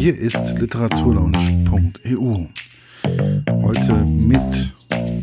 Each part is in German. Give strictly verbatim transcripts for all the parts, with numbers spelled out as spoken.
Hier ist literaturlaunch punkt e u. Heute mit...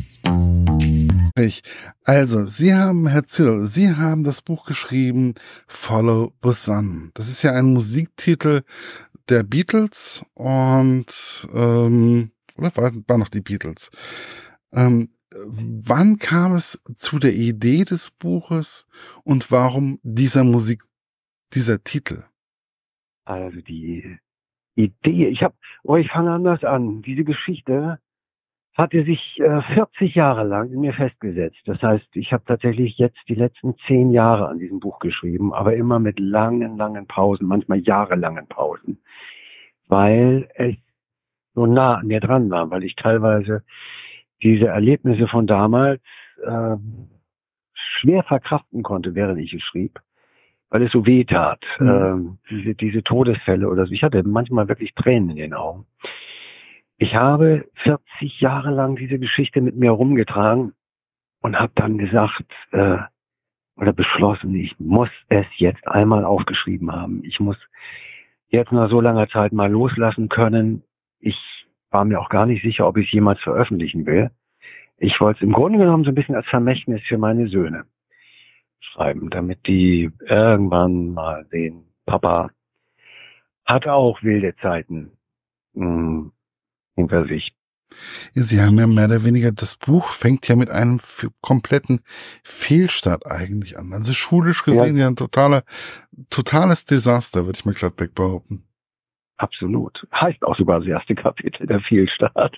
Also, Sie haben, Herr Zill, Sie haben das Buch geschrieben, Follow the Sun. Das ist ja ein Musiktitel der Beatles und, ähm, oder war, war noch die Beatles? Ähm, wann kam es zu der Idee des Buches und warum dieser Musik, dieser Titel? Also die Idee, ich habe, oh, ich fange anders an. Diese Geschichte hatte sich äh, vierzig Jahre lang in mir festgesetzt. Das heißt, ich habe tatsächlich jetzt die letzten zehn Jahre an diesem Buch geschrieben, aber immer mit langen, langen Pausen, manchmal jahrelangen Pausen, weil es so nah an mir dran war, weil ich teilweise diese Erlebnisse von damals äh, schwer verkraften konnte, während ich es schrieb, weil es so weh tat. Mhm. Ähm, diese, diese Todesfälle oder so. Ich hatte manchmal wirklich Tränen in den Augen. Ich habe vierzig Jahre lang diese Geschichte mit mir rumgetragen und habe dann gesagt äh, oder beschlossen, ich muss es jetzt einmal aufgeschrieben haben. Ich muss jetzt nach so langer Zeit mal loslassen können. Ich war mir auch gar nicht sicher, ob ich es jemals veröffentlichen will. Ich wollte es im Grunde genommen so ein bisschen als Vermächtnis für meine Söhne schreiben, damit die irgendwann mal sehen, Papa hat auch wilde Zeiten mh, hinter sich. Sie haben ja mehr oder weniger, das Buch fängt ja mit einem f- kompletten Fehlstart eigentlich an. Also schulisch gesehen ja, ja ein totaler, totales Desaster, würde ich mal glattweg behaupten. Absolut. Heißt auch sogar das erste Kapitel, der Fehlstart.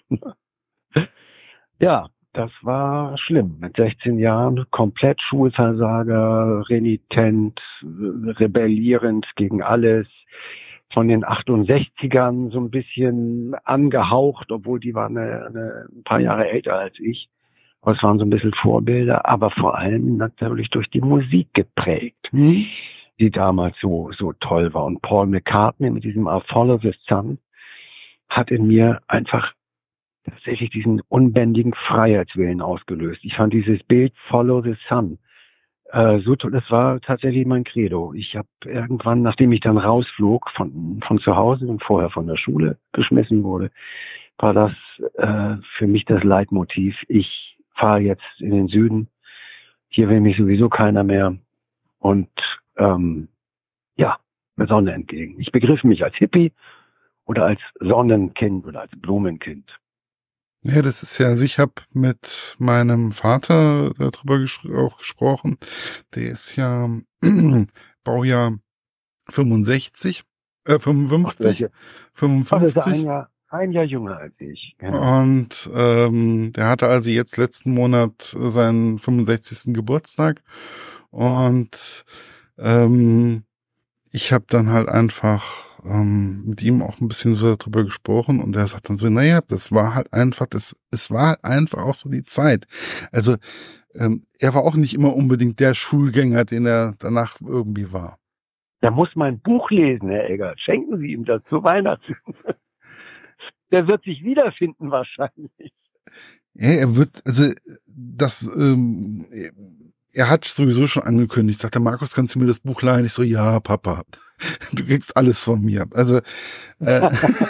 Ja, das war schlimm. Mit sechzehn Jahren komplett Schulversager, renitent, rebellierend gegen alles. Von den achtundsechzigern so ein bisschen angehaucht, obwohl die waren eine, eine, ein paar Jahre älter als ich. Aber es waren so ein bisschen Vorbilder, aber vor allem natürlich durch die Musik geprägt, mhm. die damals so, so toll war. Und Paul McCartney mit diesem I Follow the Sun hat in mir einfach tatsächlich diesen unbändigen Freiheitswillen ausgelöst. Ich fand dieses Bild Follow the Sun äh, so toll. Das war tatsächlich mein Credo. Ich habe irgendwann, nachdem ich dann rausflog von von zu Hause und vorher von der Schule geschmissen wurde, war das äh, für mich das Leitmotiv. Ich fahre jetzt in den Süden. Hier will mich sowieso keiner mehr. Und ähm, ja, mit Sonne entgegen. Ich begriff mich als Hippie oder als Sonnenkind oder als Blumenkind. Ja, das ist ja, also ich habe mit meinem Vater darüber ges- auch gesprochen. Der ist ja Baujahr fünfundsechzig, äh, fünfundfünfzig, fünfundfünfzig. Das ist ein Jahr, ein Jahr jünger als ich. Genau. Und ähm, der hatte also jetzt letzten Monat seinen fünfundsechzigsten Geburtstag. Und ähm, ich habe dann halt einfach ähm, mit ihm auch ein bisschen so darüber gesprochen und er sagt dann so, naja, das war halt einfach, das, es war halt einfach auch so die Zeit. Also ähm, er war auch nicht immer unbedingt der Schulgänger, den er danach irgendwie war. Der muss mein Buch lesen, Herr Eggert. Schenken Sie ihm das zu Weihnachten. Der wird sich wiederfinden wahrscheinlich. Ja, er wird, also das, ähm, er hat sowieso schon angekündigt, sagt der Markus, kannst du mir das Buch leihen? Ich so, ja, Papa, du kriegst alles von mir. Also, äh,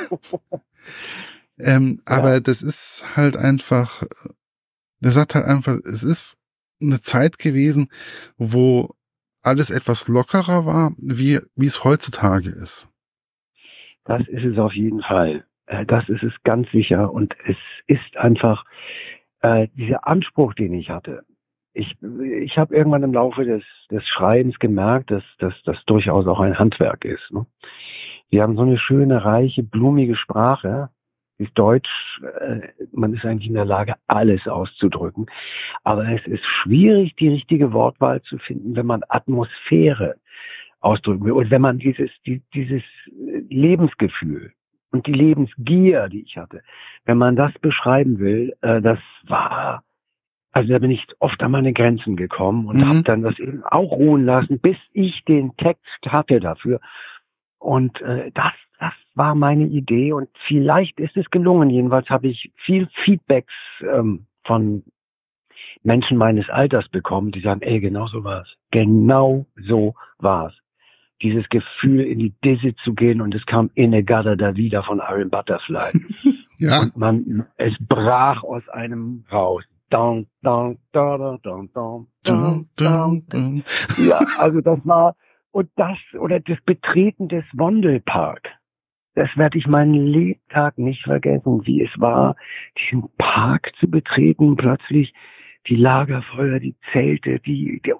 ähm, ja. Aber das ist halt einfach, der sagt halt einfach, es ist eine Zeit gewesen, wo alles etwas lockerer war, wie, wie es heutzutage ist. Das ist es auf jeden Fall. Das ist es ganz sicher. Und es ist einfach äh, dieser Anspruch, den ich hatte. Ich, ich habe irgendwann im Laufe des, des Schreibens gemerkt, dass das durchaus auch ein Handwerk ist. Ne? Wir haben so eine schöne, reiche, blumige Sprache. Ist Deutsch, äh, man ist eigentlich in der Lage, alles auszudrücken. Aber es ist schwierig, die richtige Wortwahl zu finden, wenn man Atmosphäre ausdrücken will. Und wenn man dieses, die, dieses Lebensgefühl und die Lebensgier, die ich hatte, wenn man das beschreiben will, äh, das war, also da bin ich oft an meine Grenzen gekommen und mhm. habe dann das eben auch ruhen lassen, bis ich den Text hatte dafür. Und äh, das, das war meine Idee und vielleicht ist es gelungen. Jedenfalls habe ich viel Feedbacks ähm, von Menschen meines Alters bekommen, die sagen, ey, genau so war's. Genau so war's. dieses Gefühl, in die Disse zu gehen, und es kam Inagata da wieder von Iron Butterfly. Ja. Und man, es brach aus einem raus. Down, down, down, down, down, down, down, down. Ja, also das war, und das, oder das Betreten des Vondelpark. Das werde ich meinen Lebtag nicht vergessen, wie es war, diesen Park zu betreten, plötzlich die Lagerfeuer, die Zelte, die, die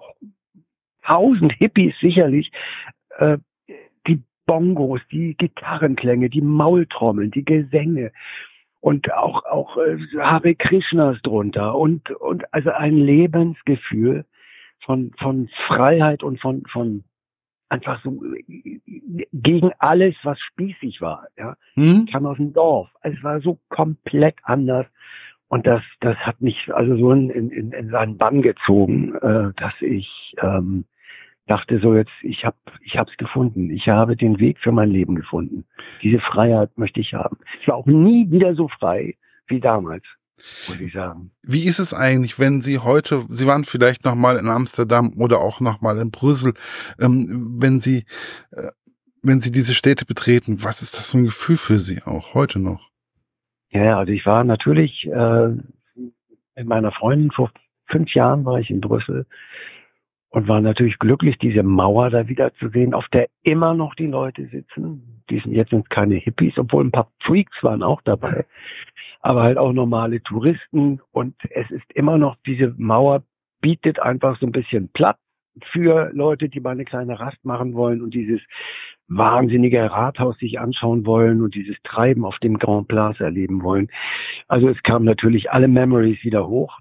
tausend Hippies sicherlich, äh, die Bongos, die Gitarrenklänge, die Maultrommeln, die Gesänge und auch auch äh, Hare Krishnas drunter und und also ein Lebensgefühl von von Freiheit und von von einfach so gegen alles, was spießig war. Ja, Hm? ich kam aus dem Dorf, es war so komplett anders. Und das, das hat mich also so in, in, in seinen Bann gezogen, äh, dass ich ähm, dachte so jetzt, ich habe, ich habe es gefunden. Ich habe den Weg für mein Leben gefunden. Diese Freiheit möchte ich haben. Ich war auch nie wieder so frei wie damals, muss ich sagen. Wie ist es eigentlich, wenn Sie heute, Sie waren vielleicht noch mal in Amsterdam oder auch noch mal in Brüssel, ähm, wenn Sie, äh, wenn Sie diese Städte betreten, was ist das für ein Gefühl für Sie auch heute noch? Ja, also ich war natürlich äh, mit meiner Freundin vor fünf Jahren war ich in Brüssel und war natürlich glücklich, diese Mauer da wieder zu sehen, auf der immer noch die Leute sitzen. Die sind jetzt sind keine Hippies, obwohl ein paar Freaks waren auch dabei, aber halt auch normale Touristen. Und es ist immer noch, diese Mauer bietet einfach so ein bisschen Platz für Leute, die mal eine kleine Rast machen wollen und dieses wahnsinnige Rathaus sich anschauen wollen und dieses Treiben auf dem Grand Place erleben wollen. Also es kamen natürlich alle Memories wieder hoch.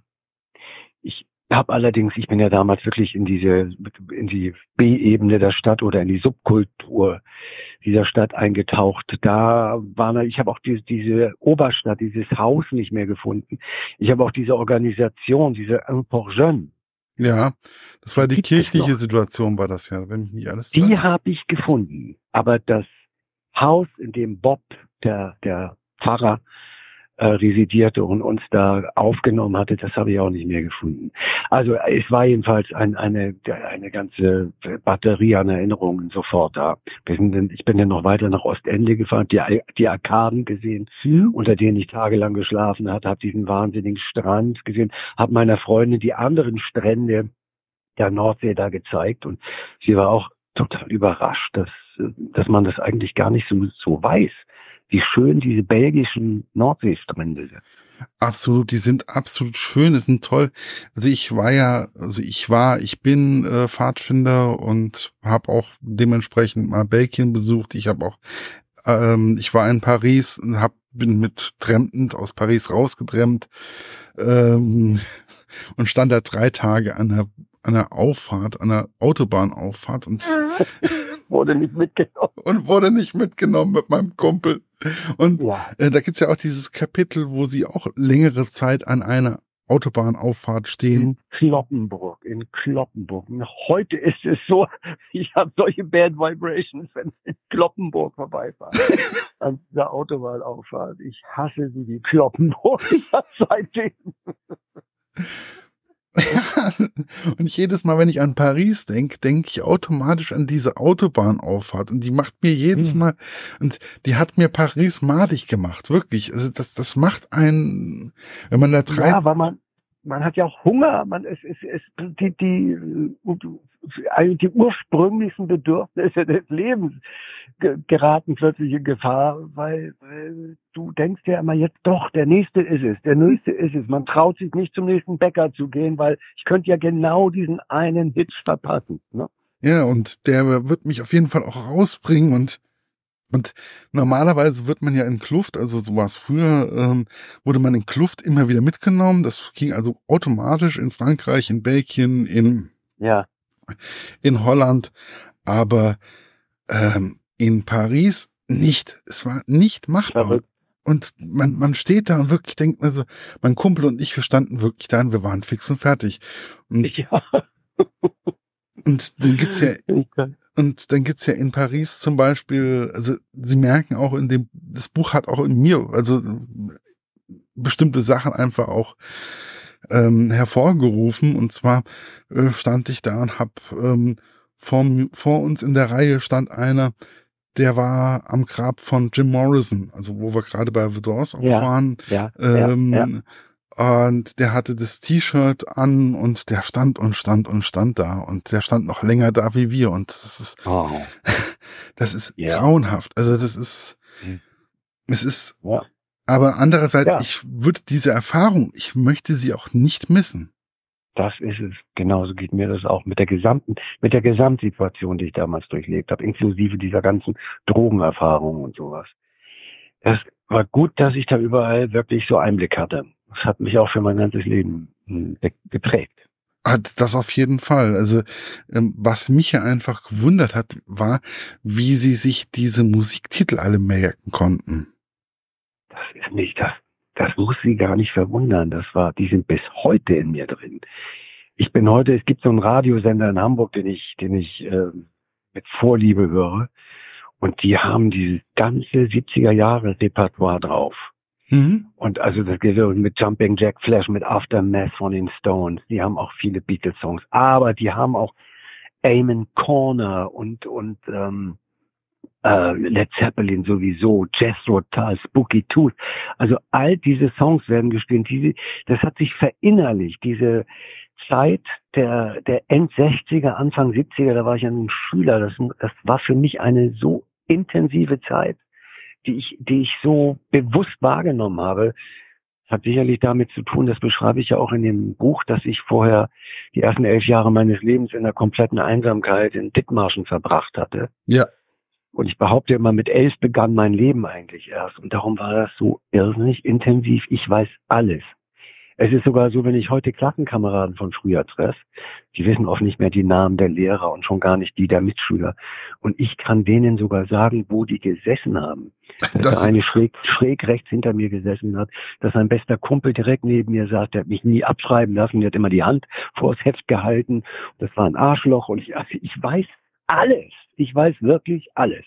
Ich habe allerdings, ich bin ja damals wirklich in diese, in die B-Ebene der Stadt oder in die Subkultur dieser Stadt eingetaucht. Da war, ich habe auch diese, diese Oberstadt, dieses Haus nicht mehr gefunden. Ich habe auch diese Organisation, diese Un pour Jeune. Ja, das war die Gibt es kirchliche noch? Situation, war das ja, wenn mich nicht alles Die täuscht. habe ich gefunden. Aber das Haus, in dem Bob, der, der Pfarrer, äh, residierte und uns da aufgenommen hatte, das habe ich auch nicht mehr gefunden. Also es war jedenfalls ein, eine, eine ganze Batterie an Erinnerungen sofort da. Wir sind dann, ich bin dann noch weiter nach Ostende gefahren, die, die Arkaden gesehen, Hm? unter denen ich tagelang geschlafen hatte, habe diesen wahnsinnigen Strand gesehen, habe meiner Freundin die anderen Strände der Nordsee da gezeigt und sie war auch total überrascht, dass, dass man das eigentlich gar nicht so, so weiß, wie schön diese belgischen Nordseestrände sind. Absolut, die sind absolut schön, die sind toll. Also ich war ja, also ich war, ich bin äh, Pfadfinder und habe auch dementsprechend mal Belgien besucht. Ich habe auch, ähm, ich war in Paris und hab, bin mit Trampen aus Paris rausgetrampt ähm, und stand da drei Tage an der an der Auffahrt, an der Autobahnauffahrt und Wurde nicht mitgenommen. und wurde nicht mitgenommen mit meinem Kumpel. Und Ja. äh, da gibt's ja auch dieses Kapitel, wo sie auch längere Zeit an einer Autobahnauffahrt stehen. In Kloppenburg, in Kloppenburg. Heute ist es so, ich habe solche Bad Vibrations, wenn ich in Kloppenburg vorbeifahre. An der Autobahnauffahrt. Ich hasse sie, die Kloppenburg. Seitdem. Ja, und jedes Mal, wenn ich an Paris denke, denke ich automatisch an diese Autobahnauffahrt. Und die macht mir jedes Hm. Mal, und die hat mir Paris madig gemacht, wirklich. Also das, das macht einen, wenn man da drei, Ja, weil man, man hat ja auch Hunger. Man, es, es, es, die, die, äh, die ursprünglichsten Bedürfnisse des Lebens ge- geraten plötzlich in Gefahr, weil, weil du denkst ja immer jetzt doch, der nächste ist es, der nächste ist es. Man traut sich nicht zum nächsten Bäcker zu gehen, weil ich könnte ja genau diesen einen Hitch verpassen. Ne? ja, und der wird mich auf jeden Fall auch rausbringen und Und normalerweise wird man ja in Kluft, also so war es früher, ähm, wurde man in Kluft immer wieder mitgenommen. Das ging also automatisch in Frankreich, in Belgien, in, Ja. in Holland, aber ähm, in Paris nicht. Es war nicht machbar. Verrückt. Und man, man steht da und wirklich denkt, also mein Kumpel und ich, wir standen wirklich da und wir waren fix und fertig. Und, Ja. und dann gibt's ja Ich kann- Und dann gibt's ja in Paris zum Beispiel, also Sie merken auch in dem, das Buch hat auch in mir, also bestimmte Sachen einfach auch ähm, hervorgerufen. Und zwar äh, stand ich da und hab ähm, vor, vor uns in der Reihe stand einer, der war am Grab von Jim Morrison, also wo wir gerade bei The Doors auch Ja, waren. ja, Ähm, ja, ja. Und der hatte das T-Shirt an und der stand und stand und stand da und der stand noch länger da wie wir und das ist, Oh, das ist ja. grauenhaft. Also das ist, Hm. es ist, Ja. aber andererseits, Ja. ich würde diese Erfahrung, ich möchte sie auch nicht missen. Das ist es. Genauso geht mir das auch mit der gesamten, mit der Gesamtsituation, die ich damals durchlebt habe, inklusive dieser ganzen Drogenerfahrung und sowas. Es war gut, dass ich da überall wirklich so Einblick hatte. Das hat mich auch für mein ganzes Leben hm, geprägt. Das auf jeden Fall. Also ähm, was mich ja einfach gewundert hat, war, wie sie sich diese Musiktitel alle merken konnten. Das ist nicht das. Das muss sie gar nicht verwundern. Das war, die sind bis heute in mir drin. Ich bin heute, es gibt so einen Radiosender in Hamburg, den ich, den ich äh, mit Vorliebe höre. Und die haben dieses ganze siebziger Jahre Repertoire drauf. Mhm. Und also das geht mit Jumping Jack Flash, mit Aftermath von den Stones. Die haben auch viele Beatles-Songs. Aber die haben auch Amen Corner und, und ähm, äh, Led Zeppelin sowieso, Jethro Tull, Spooky Tooth. Also all diese Songs werden gespielt. Diese, das hat sich verinnerlicht. Diese Zeit der, der End-sechziger, Anfang siebziger, da war ich ja ein Schüler. Das, das war für mich eine so intensive Zeit, die ich, die ich so bewusst wahrgenommen habe. Das hat sicherlich damit zu tun, das beschreibe ich ja auch in dem Buch, dass ich vorher die ersten elf Jahre meines Lebens in der kompletten Einsamkeit in Dithmarschen verbracht hatte. Ja. Und ich behaupte immer, mit elf begann mein Leben eigentlich erst. Und darum war das so irrsinnig intensiv. Ich weiß alles. Es ist sogar so, wenn ich heute Klassenkameraden von früher treffe, die wissen oft nicht mehr die Namen der Lehrer und schon gar nicht die der Mitschüler. Und ich kann denen sogar sagen, wo die gesessen haben. Dass Das- der eine schräg, schräg rechts hinter mir gesessen hat, dass ein bester Kumpel direkt neben mir saß, der hat mich nie abschreiben lassen, der hat immer die Hand vors Heft gehalten. Das war ein Arschloch und ich, also ich weiß alles. Ich weiß wirklich alles.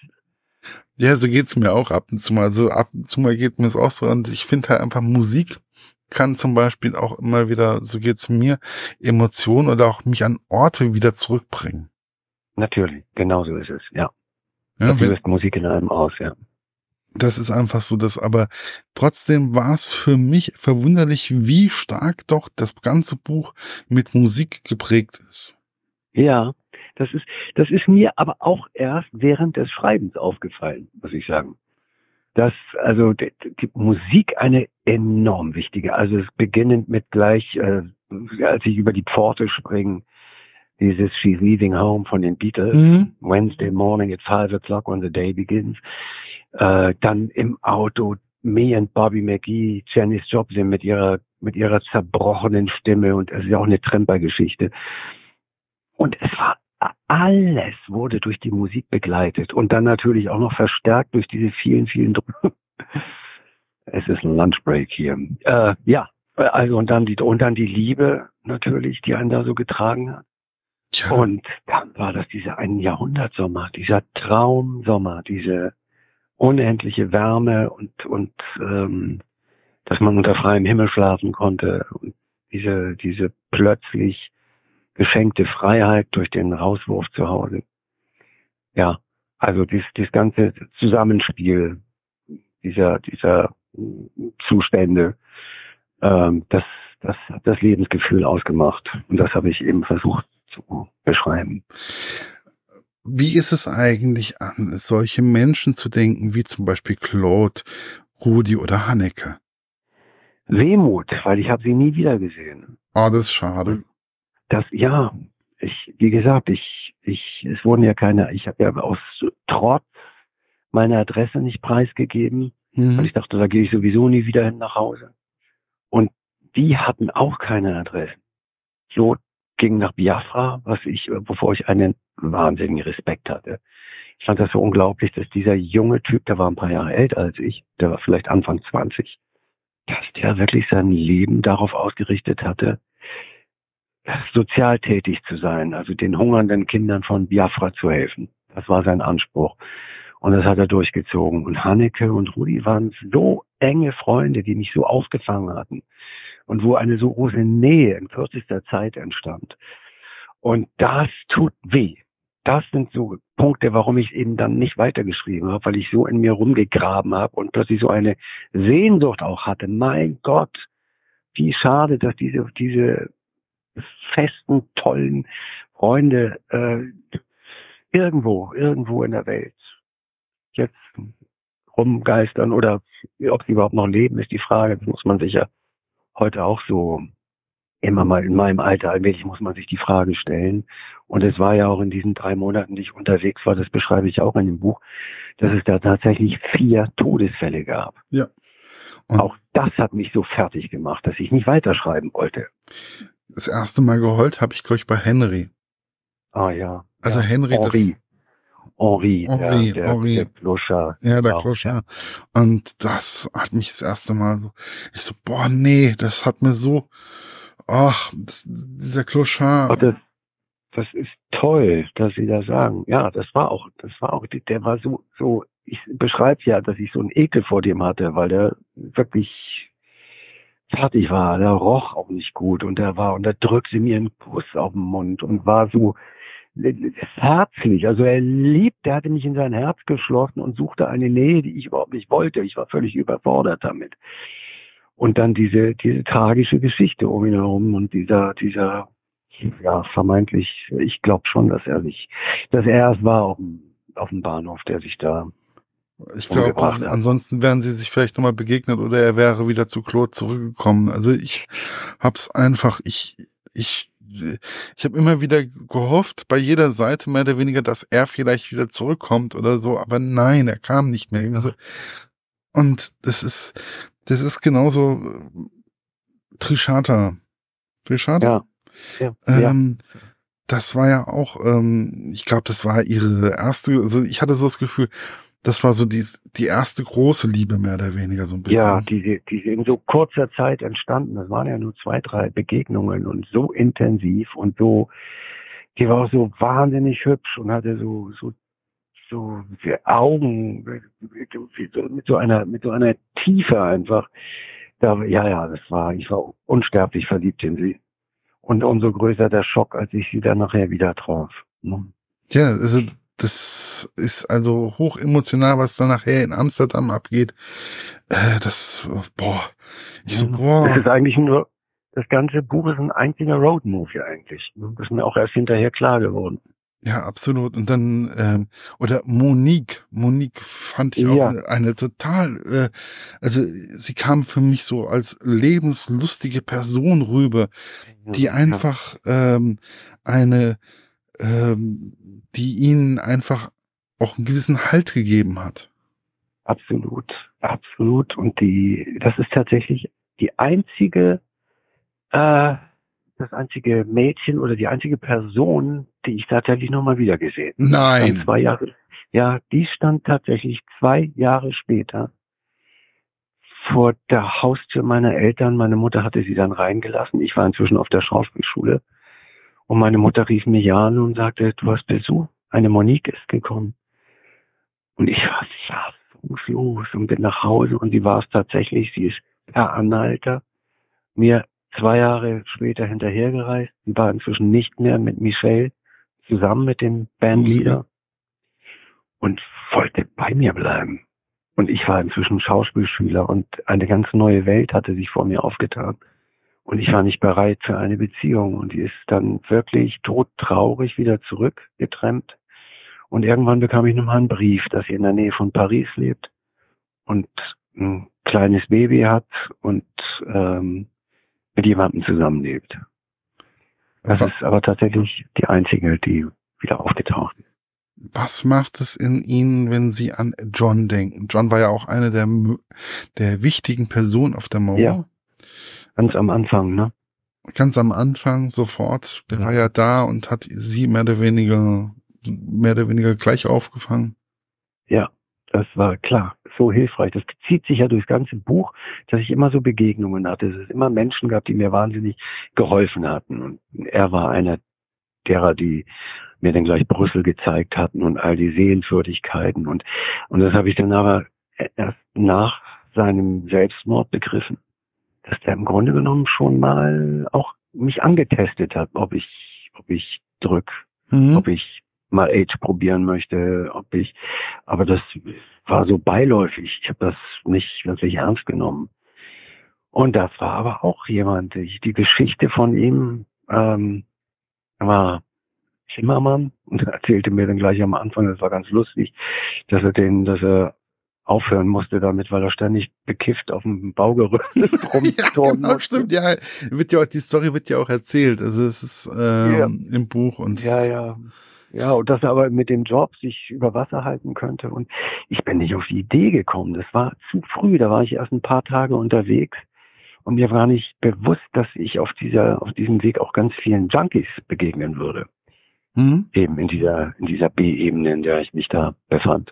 Ja, so geht's mir auch ab und zu mal. So ab und zu mal geht mir es auch so. Und ich finde halt einfach, Musik kann zum Beispiel auch immer wieder, so geht's mir, Emotionen oder auch mich an Orte wieder zurückbringen. Natürlich, genau so ist es, ja. Ja, Das wenn, löst Musik in einem aus, ja. das ist einfach so, das, aber trotzdem war es für mich verwunderlich, wie stark doch das ganze Buch mit Musik geprägt ist. Ja, das ist, das ist mir aber auch erst während des Schreibens aufgefallen, muss ich sagen. Dass also die, die Musik eine enorm wichtige, also es beginnend mit gleich, äh, als ich über die Pforte springe, dieses She's Leaving Home von den Beatles, Mhm. Wednesday morning at five o'clock when the day begins, äh, dann im Auto Me and Bobby McGee, Janis Joplin mit ihrer mit ihrer zerbrochenen Stimme und es ist ja auch eine Tremper-Geschichte. Und es war, alles wurde durch die Musik begleitet und dann natürlich auch noch verstärkt durch diese vielen, vielen Dr- Es ist ein Lunchbreak hier. Äh, ja, also und dann die und dann die Liebe natürlich, die einen da so getragen hat. Tja. Und dann war das dieser ein Jahrhundertsommer, dieser Traumsommer, diese unendliche Wärme und und ähm, dass man unter freiem Himmel schlafen konnte und diese diese plötzlich geschenkte Freiheit durch den Rauswurf zu Hause. Ja, also dieses, dieses ganze Zusammenspiel dieser, dieser Zustände, ähm, das, das hat das Lebensgefühl ausgemacht. Und das habe ich eben versucht zu beschreiben. Wie ist es eigentlich, an solche Menschen zu denken, wie zum Beispiel Claude, Rudi oder Hanneke? Wehmut, weil ich habe sie nie wieder gesehen. Oh, das ist schade. Das, ja, ich, wie gesagt, ich, ich, es wurden ja keine, ich habe ja aus Trotz meine Adresse nicht preisgegeben, Mhm. weil ich dachte, da gehe ich sowieso nie wieder hin nach Hause. Und die hatten auch keine Adressen. So ging nach Biafra, was ich, wovor ich einen wahnsinnigen Respekt hatte. Ich fand das so unglaublich, dass dieser junge Typ, der war ein paar Jahre älter als ich, der war vielleicht Anfang zwanzig, dass der wirklich sein Leben darauf ausgerichtet hatte, sozial tätig zu sein, also den hungernden Kindern von Biafra zu helfen. Das war sein Anspruch. Und das hat er durchgezogen. Und Hanneke und Rudi waren so enge Freunde, die mich so aufgefangen hatten. Und wo eine so große Nähe in kürzester Zeit entstand. Und das tut weh. das sind so Punkte, warum ich eben dann nicht weitergeschrieben habe, weil ich so in mir rumgegraben habe und plötzlich so eine Sehnsucht auch hatte. Mein Gott, wie schade, dass diese diese festen, tollen Freunde äh, irgendwo, irgendwo in der Welt jetzt rumgeistern oder ob sie überhaupt noch leben, ist die Frage. Das muss man sich ja heute auch so immer mal in meinem Alter allmählich muss man sich die Frage stellen. Und es war ja auch in diesen drei Monaten, die ich unterwegs war, das beschreibe ich auch in dem Buch, dass es da tatsächlich vier Todesfälle gab. Ja. Und auch das hat mich so fertig gemacht, dass ich nicht weiterschreiben wollte. Das erste Mal geheult habe ich, glaube ich, bei Henry. Ah ja. Also ja. Henry, Henri. das... Henri, Henri, der, Henri. der Clochard. Ja, der ja. Clochard. Und das hat mich das erste Mal so, ich so, boah, nee, das hat mir so, ach, das, dieser Clochard. Oh, das, das ist toll, dass Sie das sagen. Ja, das war auch, das war auch, der war so, so, ich beschreibe ja, dass ich so einen Ekel vor dem hatte, weil der wirklich fertig war. Der roch auch nicht gut und der war, und der drückte mir einen Kuss auf den Mund und war so herzlich. Also er liebt, der hatte mich in sein Herz geschlossen und suchte eine Nähe, die ich überhaupt nicht wollte. Ich war völlig überfordert damit. Und dann diese, diese tragische Geschichte um ihn herum und dieser, dieser, ja, vermeintlich, ich glaube schon, dass er sich, dass er es war auf dem, auf dem Bahnhof, der sich da Ich glaube, ansonsten wären sie sich vielleicht nochmal begegnet oder er wäre wieder zu Claude zurückgekommen. Also ich hab's einfach, ich, ich, ich habe immer wieder gehofft, bei jeder Seite mehr oder weniger, dass er vielleicht wieder zurückkommt oder so, aber nein, er kam nicht mehr. Also, und das ist, das ist genauso Trishata. Trishata? Ja. Ja. Ähm, ja. Das war ja auch, ähm, ich glaube, das war ihre erste, also ich hatte so das Gefühl, das war so die, die erste große Liebe, mehr oder weniger, so ein bisschen. Ja, die, die in so kurzer Zeit entstanden. Das waren ja nur zwei, drei Begegnungen und so intensiv und so, die war auch so wahnsinnig hübsch und hatte so, so, so Augen mit so einer, mit so einer Tiefe einfach. Da, ja, ja, das war, ich war unsterblich verliebt in sie. Und umso größer der Schock, als ich sie dann nachher wieder traf. Ja, also, das ist also hoch emotional, was dann nachher in Amsterdam abgeht. Äh, das, boah, ich so, boah. Das ist eigentlich nur, das ganze Buch ist ein einziger Roadmovie eigentlich. Das ist mir auch erst hinterher klar geworden. Ja, absolut. Und dann, ähm, oder Monique. Monique fand ich auch ja. eine, eine total, äh, also sie kam für mich so als lebenslustige Person rüber, die ja. einfach ähm, eine, ähm, die ihnen einfach auch einen gewissen Halt gegeben hat. Absolut, absolut. Und die, das ist tatsächlich die einzige, äh, das einzige Mädchen oder die einzige Person, die ich tatsächlich nochmal wieder gesehen habe. Nein. Zwei Jahre, ja, die stand tatsächlich zwei Jahre später vor der Haustür meiner Eltern. Meine Mutter hatte sie dann reingelassen. Ich war inzwischen auf der Schauspielschule. Und meine Mutter rief mich an und sagte, du hast Besuch, eine Monique ist gekommen. Und ich war fassungslos und bin nach Hause und sie war es tatsächlich. Sie ist per Anhalter mir zwei Jahre später hinterhergereist. Sie war inzwischen nicht mehr mit Michel zusammen mit dem Bandleader und wollte bei mir bleiben. Und ich war inzwischen Schauspielschüler und eine ganz neue Welt hatte sich vor mir aufgetan. Und ich war nicht bereit für eine Beziehung. Und die ist dann wirklich todtraurig wieder zurückgetrennt. Und irgendwann bekam ich nochmal einen Brief, dass sie in der Nähe von Paris lebt und ein kleines Baby hat und ähm, mit jemandem zusammenlebt. Das was, ist aber tatsächlich die einzige, die wieder aufgetaucht ist. Was macht es in Ihnen, wenn Sie an John denken? John war ja auch eine der, der wichtigen Personen auf der Mauer. Ja, ganz am Anfang, ne? Ganz am Anfang sofort. Der ja. war ja da und hat Sie mehr oder weniger, mehr oder weniger gleich aufgefangen. Ja, das war klar, so hilfreich. Das zieht sich ja durchs ganze Buch, dass ich immer so Begegnungen hatte. Es ist immer Menschen gab, die mir wahnsinnig geholfen hatten. Und er war einer derer, die mir dann gleich Brüssel gezeigt hatten und all die Sehenswürdigkeiten. Und, und das habe ich dann aber erst nach seinem Selbstmord begriffen, dass der im Grunde genommen schon mal auch mich angetestet hat, ob ich, ob ich drück, mhm. ob ich mal Age probieren möchte, ob ich, aber das war so beiläufig. Ich habe das nicht wirklich ernst genommen. Und das war aber auch jemand, die, die Geschichte von ihm ähm, war Zimmermann und er erzählte mir dann gleich am Anfang, das war ganz lustig, dass er den, dass er aufhören musste damit, weil er ständig bekifft auf dem Baugerüst rumturnen ja, genau, musste. stimmt, ja, wird ja auch, die Story wird ja auch erzählt, also es ist ähm, ja. im Buch und ja, ja, ja, und dass er aber mit dem Job sich über Wasser halten könnte und ich bin nicht auf die Idee gekommen, das war zu früh, da war ich erst ein paar Tage unterwegs und mir war nicht bewusst, dass ich auf dieser, auf diesem Weg auch ganz vielen Junkies begegnen würde. Hm? Eben in dieser, in dieser B-Ebene, in der ich mich da befand.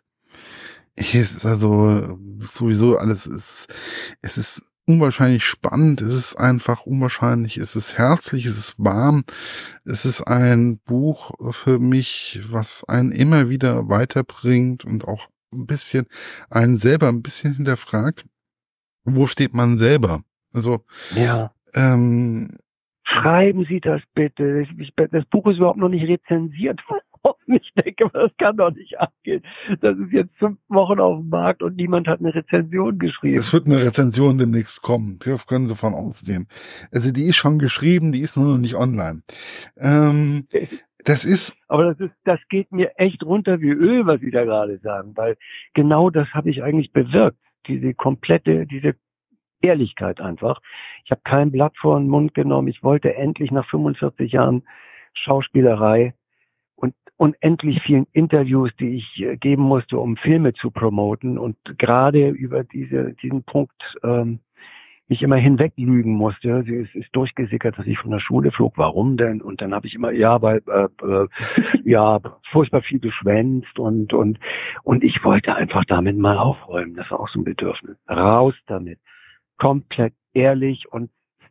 Es ist also sowieso alles, ist, es ist unwahrscheinlich spannend, es ist einfach unwahrscheinlich, es ist herzlich, es ist warm, es ist ein Buch für mich, was einen immer wieder weiterbringt und auch ein bisschen einen selber ein bisschen hinterfragt, wo steht man selber? Also, ja. ähm, schreiben Sie das bitte. Das Buch ist überhaupt noch nicht rezensiert worden. Ich denke, das kann doch nicht abgehen. Das ist jetzt fünf Wochen auf dem Markt und niemand hat eine Rezension geschrieben. Es wird eine Rezension demnächst kommen. Darauf können Sie von ausgehen. Also die ist schon geschrieben, die ist nur noch nicht online. Ähm, das ist... Aber das ist, das geht mir echt runter wie Öl, was Sie da gerade sagen, weil genau das habe ich eigentlich bewirkt. Diese komplette, diese Ehrlichkeit einfach. Ich habe kein Blatt vor den Mund genommen. Ich wollte endlich nach fünfundvierzig Jahren Schauspielerei und unendlich vielen Interviews, die ich äh, geben musste, um Filme zu promoten und gerade über diese diesen Punkt ähm, mich immer hinweglügen musste. Sie ist, ist durchgesickert, dass ich von der Schule flog. Warum denn? Und dann habe ich immer, ja, weil äh, äh, ja, furchtbar viel geschwänzt und und und ich wollte einfach damit mal aufräumen. Das war auch so ein Bedürfnis. Raus damit. Komplett ehrlich und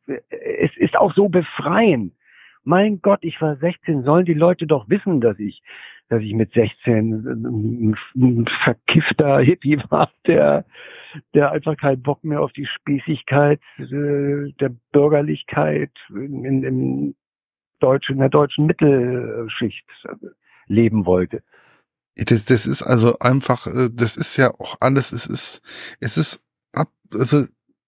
es ist auch so befreiend. Mein Gott, ich war sechzehn, sollen die Leute doch wissen, dass ich, dass ich mit sechzehn ein, ein verkiffter Hippie war, der, der einfach keinen Bock mehr auf die Spießigkeit der Bürgerlichkeit in, in, in, deutschen, in der deutschen Mittelschicht leben wollte. Das, das ist also einfach, das ist ja auch alles, es ist, es ist ab, also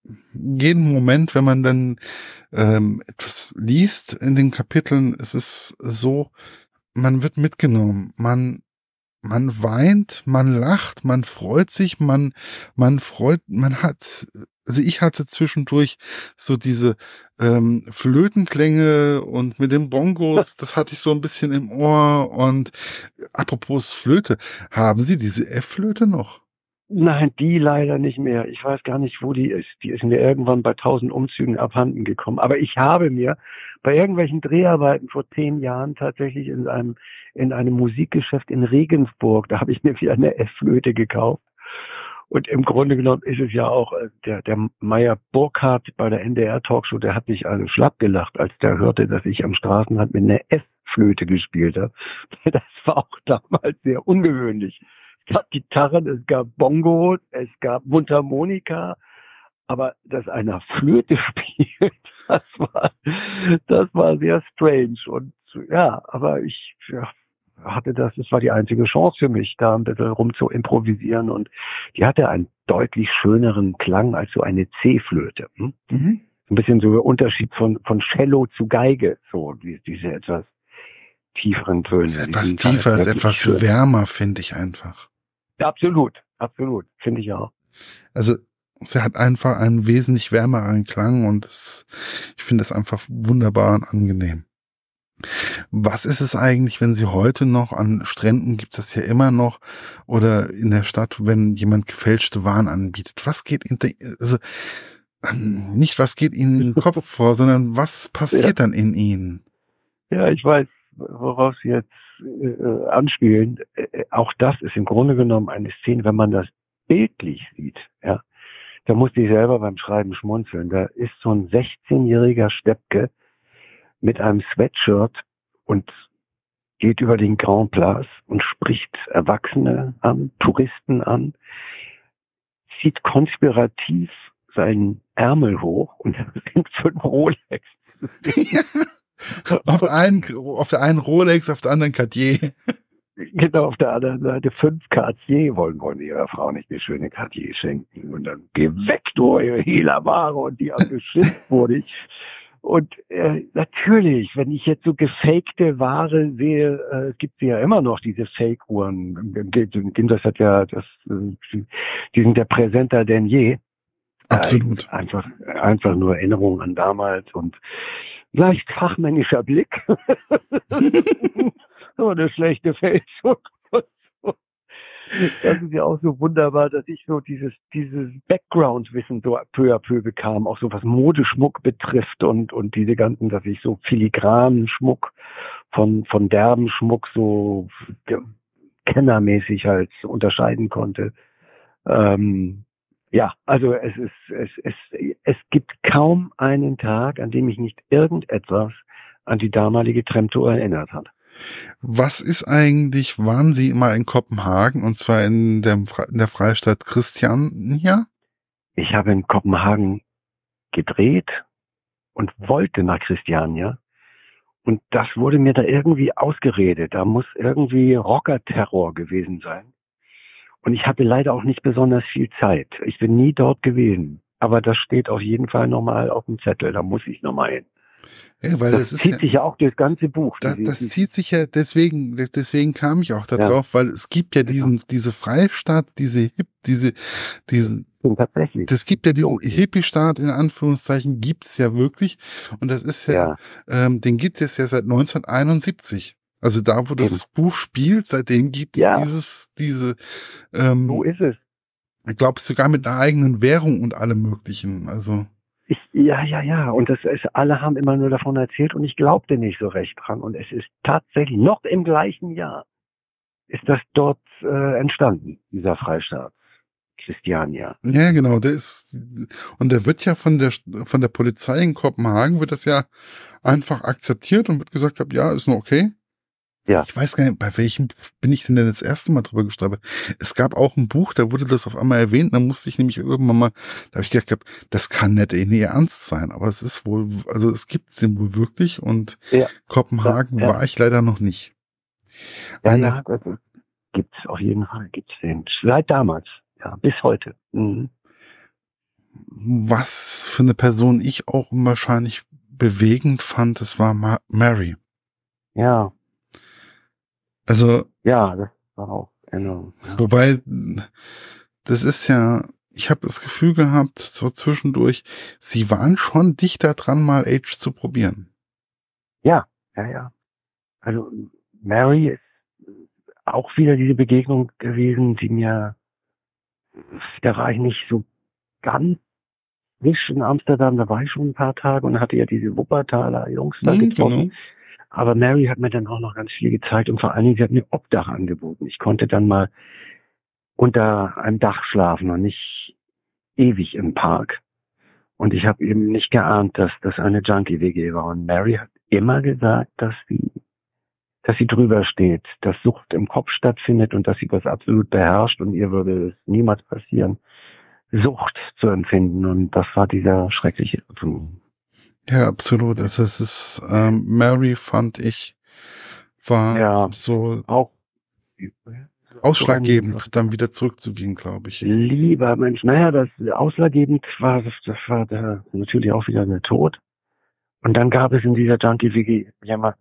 jeden Moment, wenn man dann ähm, etwas liest in den Kapiteln, es ist so, man wird mitgenommen, man man weint, man lacht, man freut sich, man man freut, man hat, also ich hatte zwischendurch so diese ähm, Flötenklänge und mit den Bongos, das hatte ich so ein bisschen im Ohr. Und apropos Flöte, haben Sie diese F-Flöte noch? Nein, die leider nicht mehr. Ich weiß gar nicht, wo die ist. Die ist mir irgendwann bei tausend Umzügen abhanden gekommen. Aber ich habe mir bei irgendwelchen Dreharbeiten vor zehn Jahren tatsächlich in einem, in einem Musikgeschäft in Regensburg, da habe ich mir wieder eine F-Flöte gekauft. Und im Grunde genommen ist es ja auch, der, der Meyer Burkhardt bei der N D R-Talkshow, der hat mich also schlapp gelacht, als der hörte, dass ich am Straßenrand mit einer F-Flöte gespielt habe. Das war auch damals sehr ungewöhnlich. Es gab Gitarren, es gab Bongos, es gab Mundharmonika, aber dass einer Flöte spielt, das war, das war sehr strange. Und ja, aber ich ja, hatte das, das war die einzige Chance für mich, da ein bisschen rum zu improvisieren. Und die hatte einen deutlich schöneren Klang als so eine C-Flöte. Hm? Mhm. Ein bisschen so der Unterschied von, von Cello zu Geige, so die, diese etwas tieferen Töne. Ist etwas tiefer, ist etwas schön. Wärmer, finde ich einfach. Absolut, absolut, finde ich auch. Also sie hat einfach einen wesentlich wärmeren Klang und es, ich finde es einfach wunderbar und angenehm. Was ist es eigentlich, wenn Sie heute noch an Stränden, gibt es das ja immer noch, oder in der Stadt, wenn jemand gefälschte Waren anbietet? Was geht in der, also nicht was geht Ihnen in den Kopf vor, sondern was passiert ja. dann in Ihnen? Ja, ich weiß, worauf Sie jetzt äh, anspielen. Äh, auch das ist im Grunde genommen eine Szene, wenn man das bildlich sieht, ja, da musste ich selber beim Schreiben schmunzeln. Da ist so ein sechzehnjähriger Steppke mit einem Sweatshirt und geht über den Grand Place und spricht Erwachsene an, Touristen an, zieht konspirativ seinen Ärmel hoch und sind fünf Rolex. Ja. Auf, einen, auf der einen Rolex, auf der anderen Cartier. Genau, auf der anderen Seite fünf Cartier wollen, wollen ihrer Frau nicht eine schöne Cartier schenken. Und dann geh weg, du Hehlerware. Und die haben beschimpft wurde ich. Und äh, natürlich, wenn ich jetzt so gefakte Ware sehe, äh, es gibt sie ja immer noch, diese Fake-Uhren. Ginzers hat ja das, äh, die sind ja präsenter denn je. Absolut. Äh, einfach, einfach nur Erinnerungen an damals und leicht fachmännischer Blick. So eine schlechte Fälschung. Das ist ja auch so wunderbar, dass ich so dieses, dieses Background-Wissen so peu à peu bekam, auch so was Modeschmuck betrifft und, und diese ganzen, dass ich so filigranen Schmuck von, von derben Schmuck so kennermäßig halt unterscheiden konnte. Ähm, ja, also es ist, es, es, es gibt kaum einen Tag, an dem mich nicht irgendetwas an die damalige Tremtour erinnert hat. Was ist eigentlich, waren Sie immer in Kopenhagen und zwar in der, in der Freistadt Christiania? Ich habe in Kopenhagen gedreht und wollte nach Christiania und das wurde mir da irgendwie ausgeredet. Da muss irgendwie Rocker-Terror gewesen sein. Und ich hatte leider auch nicht besonders viel Zeit. Ich bin nie dort gewesen. Aber das steht auf jeden Fall nochmal auf dem Zettel. Da muss ich nochmal hin. Ja, weil das das zieht ist sich ja auch durchs ganze Buch. Da, diese, das diese, zieht sich ja, deswegen, deswegen kam ich auch da drauf, ja. Weil es gibt ja diesen, diese Freistadt, diese Hip, diese, diese, tatsächlich. Das gibt ja diesen Hippie-Staat, in Anführungszeichen, gibt es ja wirklich. Und das ist ja, ja. Ähm, den gibt es jetzt ja seit neunzehnhunderteinundsiebzig. Also da, wo das Eben. Buch spielt, seitdem gibt es ja. dieses, diese, ähm, Wo ist es? Ich glaube sogar mit einer eigenen Währung und allem möglichen, also. Ich, ja, ja, ja. Und das ist, alle haben immer nur davon erzählt und ich glaubte nicht so recht dran. Und es ist tatsächlich noch im gleichen Jahr ist das dort äh, entstanden, dieser Freistaat Christiania. Ja, genau. Der ist und der wird ja von der von der Polizei in Kopenhagen wird das ja einfach akzeptiert und wird gesagt, hab, ja, ist nur okay. Ja. Ich weiß gar nicht, bei welchem bin ich denn, denn das erste Mal drüber gestolpert. Es gab auch ein Buch, da wurde das auf einmal erwähnt, da musste ich nämlich irgendwann mal, da habe ich gedacht, das kann nicht in ihr Ernst sein, aber es ist wohl, also es gibt den wohl wirklich und ja. Kopenhagen ja, ja. war ich leider noch nicht. Ja, Eine, ja, also gibt's auf jeden Fall, gibt's den. Seit damals, ja, bis heute. Mhm. Was für eine Person ich auch wahrscheinlich bewegend fand, das war Ma- Mary. Ja. Also. Ja, das war auch enorm. Ja. Wobei, das ist ja, ich habe das Gefühl gehabt, so zwischendurch, sie waren schon dicht daran, mal Age zu probieren. Ja, ja, ja. Also, Mary ist auch wieder diese Begegnung gewesen, die mir, da war ich nicht so ganz frisch in Amsterdam, da war ich schon ein paar Tage und hatte ja diese Wuppertaler Jungs da mhm, getroffen. Genau. Aber Mary hat mir dann auch noch ganz viel gezeigt und vor allen Dingen, sie hat mir Obdach angeboten. Ich konnte dann mal unter einem Dach schlafen und nicht ewig im Park. Und ich habe eben nicht geahnt, dass das eine Junkie-W G war. Und Mary hat immer gesagt, dass sie, dass sie drüber steht, dass Sucht im Kopf stattfindet und dass sie das absolut beherrscht und ihr würde es niemals passieren, Sucht zu empfinden. Und das war dieser schreckliche Irrtum. Ja, absolut. Also es ist, ähm, Mary fand ich, war ja, so auch ausschlaggebend, so dann wieder zurückzugehen, glaube ich. Lieber Mensch, naja, das ausschlaggebend war, das war der, natürlich auch wieder der Tod. Und dann gab es in dieser Junkie-W G jemand,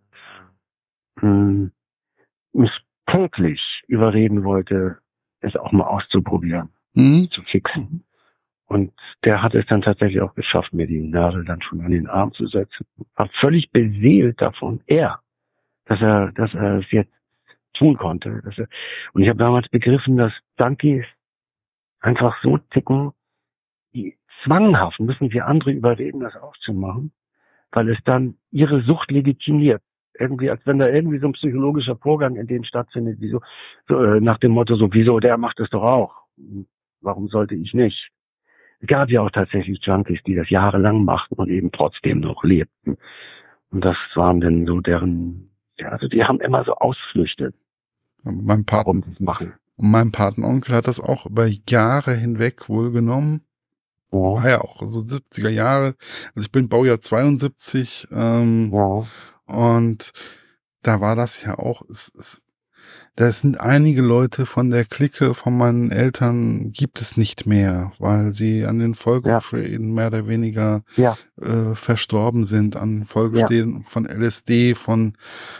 hm, mich täglich überreden wollte, es auch mal auszuprobieren, mhm. zu fixen. Und der hat es dann tatsächlich auch geschafft, mir die Nadel dann schon an den Arm zu setzen. War völlig beseelt davon, er, dass er, dass er es jetzt tun konnte. Dass er, und ich habe damals begriffen, dass Junkies einfach so ticken, die zwanghaft müssen wir andere überreden, das auch zu machen, weil es dann ihre Sucht legitimiert. Irgendwie, als wenn da irgendwie so ein psychologischer Vorgang in denen stattfindet, wieso, so, äh, nach dem Motto so, wieso, der macht es doch auch. Warum sollte ich nicht? Es gab ja auch tatsächlich Junkies, die das jahrelang machten und eben trotzdem noch lebten. Und das waren dann so deren, ja, also die haben immer so Ausflüchte. Mein Paten, das machen. Mein Patenonkel hat das auch über Jahre hinweg wohl genommen. Ja. War ja auch so siebziger Jahre. Also ich bin Baujahr zweiundsiebzig. Ähm, ja. Und da war das ja auch, es, es, da sind einige Leute von der Clique von meinen Eltern gibt es nicht mehr, weil sie an den Folgeschäden ja. mehr oder weniger ja. äh, verstorben sind, an Folgeschäden ja. von L S D, von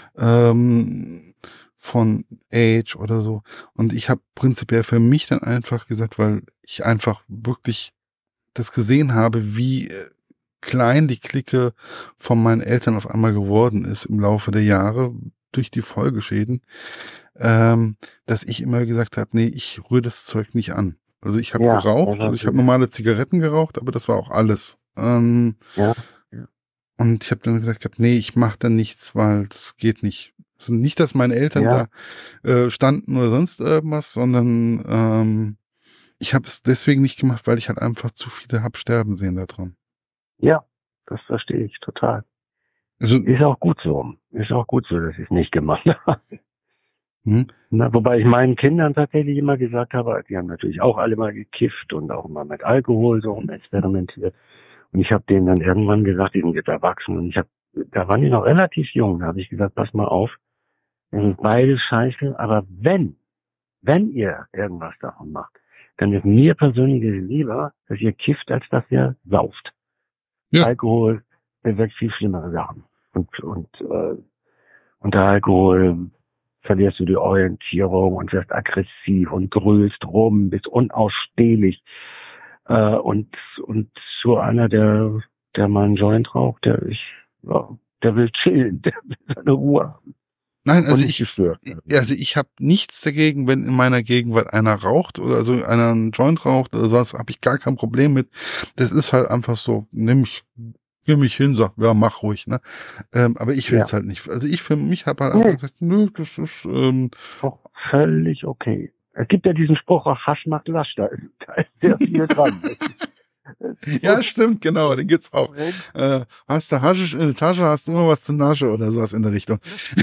ähm, von Age oder so. Und ich habe prinzipiell für mich dann einfach gesagt, weil ich einfach wirklich das gesehen habe, wie klein die Clique von meinen Eltern auf einmal geworden ist im Laufe der Jahre durch die Folgeschäden, ähm, dass ich immer gesagt habe, nee, ich rühre das Zeug nicht an. Also ich habe ja, geraucht, also ich habe normale Zigaretten geraucht, aber das war auch alles. Ähm, ja. ja. Und ich habe dann gesagt, nee, ich mache da nichts, weil das geht nicht. Also nicht, dass meine Eltern ja. da äh, standen oder sonst irgendwas, sondern ähm, ich habe es deswegen nicht gemacht, weil ich halt einfach zu viele hab sterben sehen da dran. Ja, das verstehe ich total. Also, ist auch gut so. Ist auch gut so, dass ich es nicht gemacht habe. Hm? Na, wobei ich meinen Kindern tatsächlich immer gesagt habe, die haben natürlich auch alle mal gekifft und auch mal mit Alkohol so experimentiert. Und ich habe denen dann irgendwann gesagt, die sind jetzt erwachsen und ich habe, da waren die noch relativ jung, da habe ich gesagt, pass mal auf, das ist beides scheiße, aber wenn, wenn ihr irgendwas davon macht, dann ist mir persönlich lieber, dass ihr kifft, als dass ihr sauft. Ja. Alkohol bewirkt viel schlimmere Sachen. Und, und, äh, unter Alkohol verlierst du die Orientierung und wirst aggressiv und grölst rum, bist unausstehlich. Äh, und, und so einer, der, der mal einen Joint raucht, der, ich, ja, der will chillen, der will seine Ruhe haben. Nein, also ich, also ich habe nichts dagegen, wenn in meiner Gegenwart einer raucht oder so einer einen Joint raucht oder sowas, habe ich gar kein Problem mit. Das ist halt einfach so, nimm ich, geh mich hin, sag, ja, mach ruhig, ne? Ähm, aber ich will es ja. halt nicht. Also ich für mich habe halt nee. einfach gesagt, nö, das ist ähm, auch völlig okay. Es gibt ja diesen Spruch, auch Hasch macht lasch, da ist, da ist sehr viel dran. Ja, stimmt, genau, den gibt's auch. Äh, hast du Haschisch in der Tasche, hast du immer was zu Nasche oder sowas in der Richtung.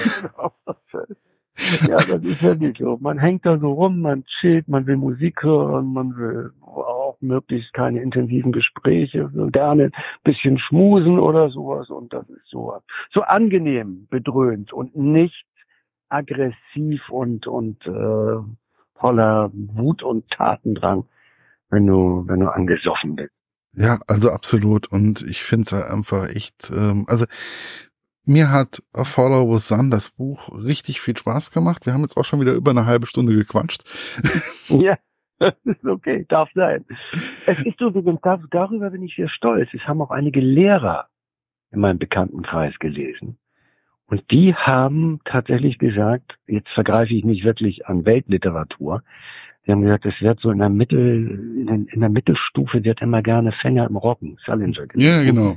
Ja, das ist ja nicht so. Man hängt da so rum, man chillt, man will Musik hören, man will auch möglichst keine intensiven Gespräche, gerne ein bisschen schmusen oder sowas und das ist so, so angenehm bedröhnt und nicht aggressiv und, und äh, voller Wut und Tatendrang, wenn du, wenn du angesoffen bist. Ja, also absolut. Und ich finde es halt einfach echt, ähm, also mir hat A Follow with Sun, das Buch, richtig viel Spaß gemacht. Wir haben jetzt auch schon wieder über eine halbe Stunde gequatscht. Ja, das ist okay, darf sein. Es ist übrigens, darüber bin ich sehr stolz. Es haben auch einige Lehrer in meinem Bekanntenkreis gelesen. Und die haben tatsächlich gesagt, jetzt vergreife ich mich wirklich an Weltliteratur, die haben gesagt, es wird so in der Mittel, in, den, in der Mittelstufe wird immer gerne Fänger im Roggen, Salinger genannt. Ja, genau.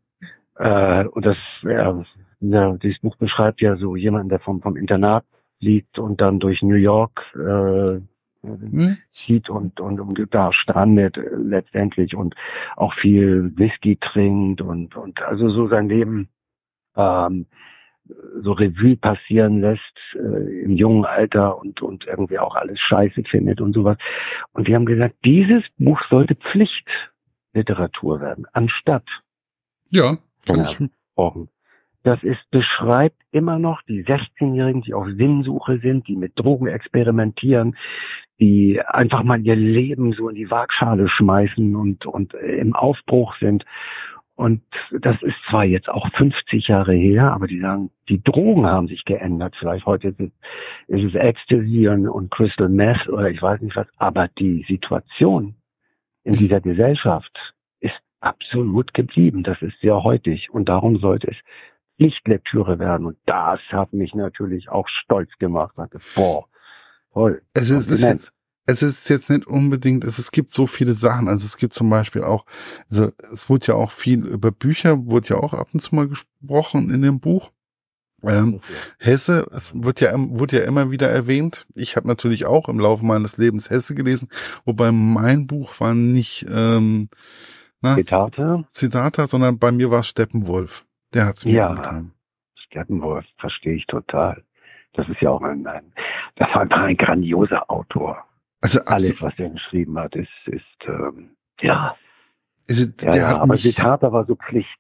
Äh, und das, ja, ja, dieses Buch beschreibt ja so jemanden, der vom, vom Internat fliegt und dann durch New York äh, hm? zieht und, und, und da strandet äh, letztendlich und auch viel Whisky trinkt und, und also so sein Leben ähm, so Revue passieren lässt äh, im jungen Alter und und irgendwie auch alles scheiße findet und sowas. Und die haben gesagt, dieses Buch sollte Pflichtliteratur werden, anstatt ja, Fängerroggen. Das ist, beschreibt immer noch die sechzehnjährigen, die auf Sinnsuche sind, die mit Drogen experimentieren, die einfach mal ihr Leben so in die Waagschale schmeißen und und im Aufbruch sind. Und das ist zwar jetzt auch fünfzig Jahre her, aber die sagen, die Drogen haben sich geändert. Vielleicht heute ist es, ist es Ecstasy und, und Crystal Meth oder ich weiß nicht was. Aber die Situation in dieser Gesellschaft ist absolut geblieben. Das ist sehr heutig. Und darum sollte es Pflichtlektüre werden. Und das hat mich natürlich auch stolz gemacht. Ich dachte, boah, toll. Es ist, ist jetzt Es ist jetzt nicht unbedingt, es, es gibt so viele Sachen, also es gibt zum Beispiel auch, also es wurde ja auch viel über Bücher, wurde ja auch ab und zu mal gesprochen in dem Buch. Ähm, Hesse, es wird ja, wurde ja immer wieder erwähnt. Ich habe natürlich auch im Laufe meines Lebens Hesse gelesen, wobei mein Buch war nicht ähm, na, Zitate, Zitate, sondern bei mir war es Steppenwolf. Der hat's mir ja, angetan. Steppenwolf, verstehe ich total. Das ist ja auch ein, ein das war einfach ein grandioser Autor. Also alles, was er geschrieben hat, ist, ist ähm, ja. Ist es, ja, der ja hat aber mich, Zitat war so Pflicht.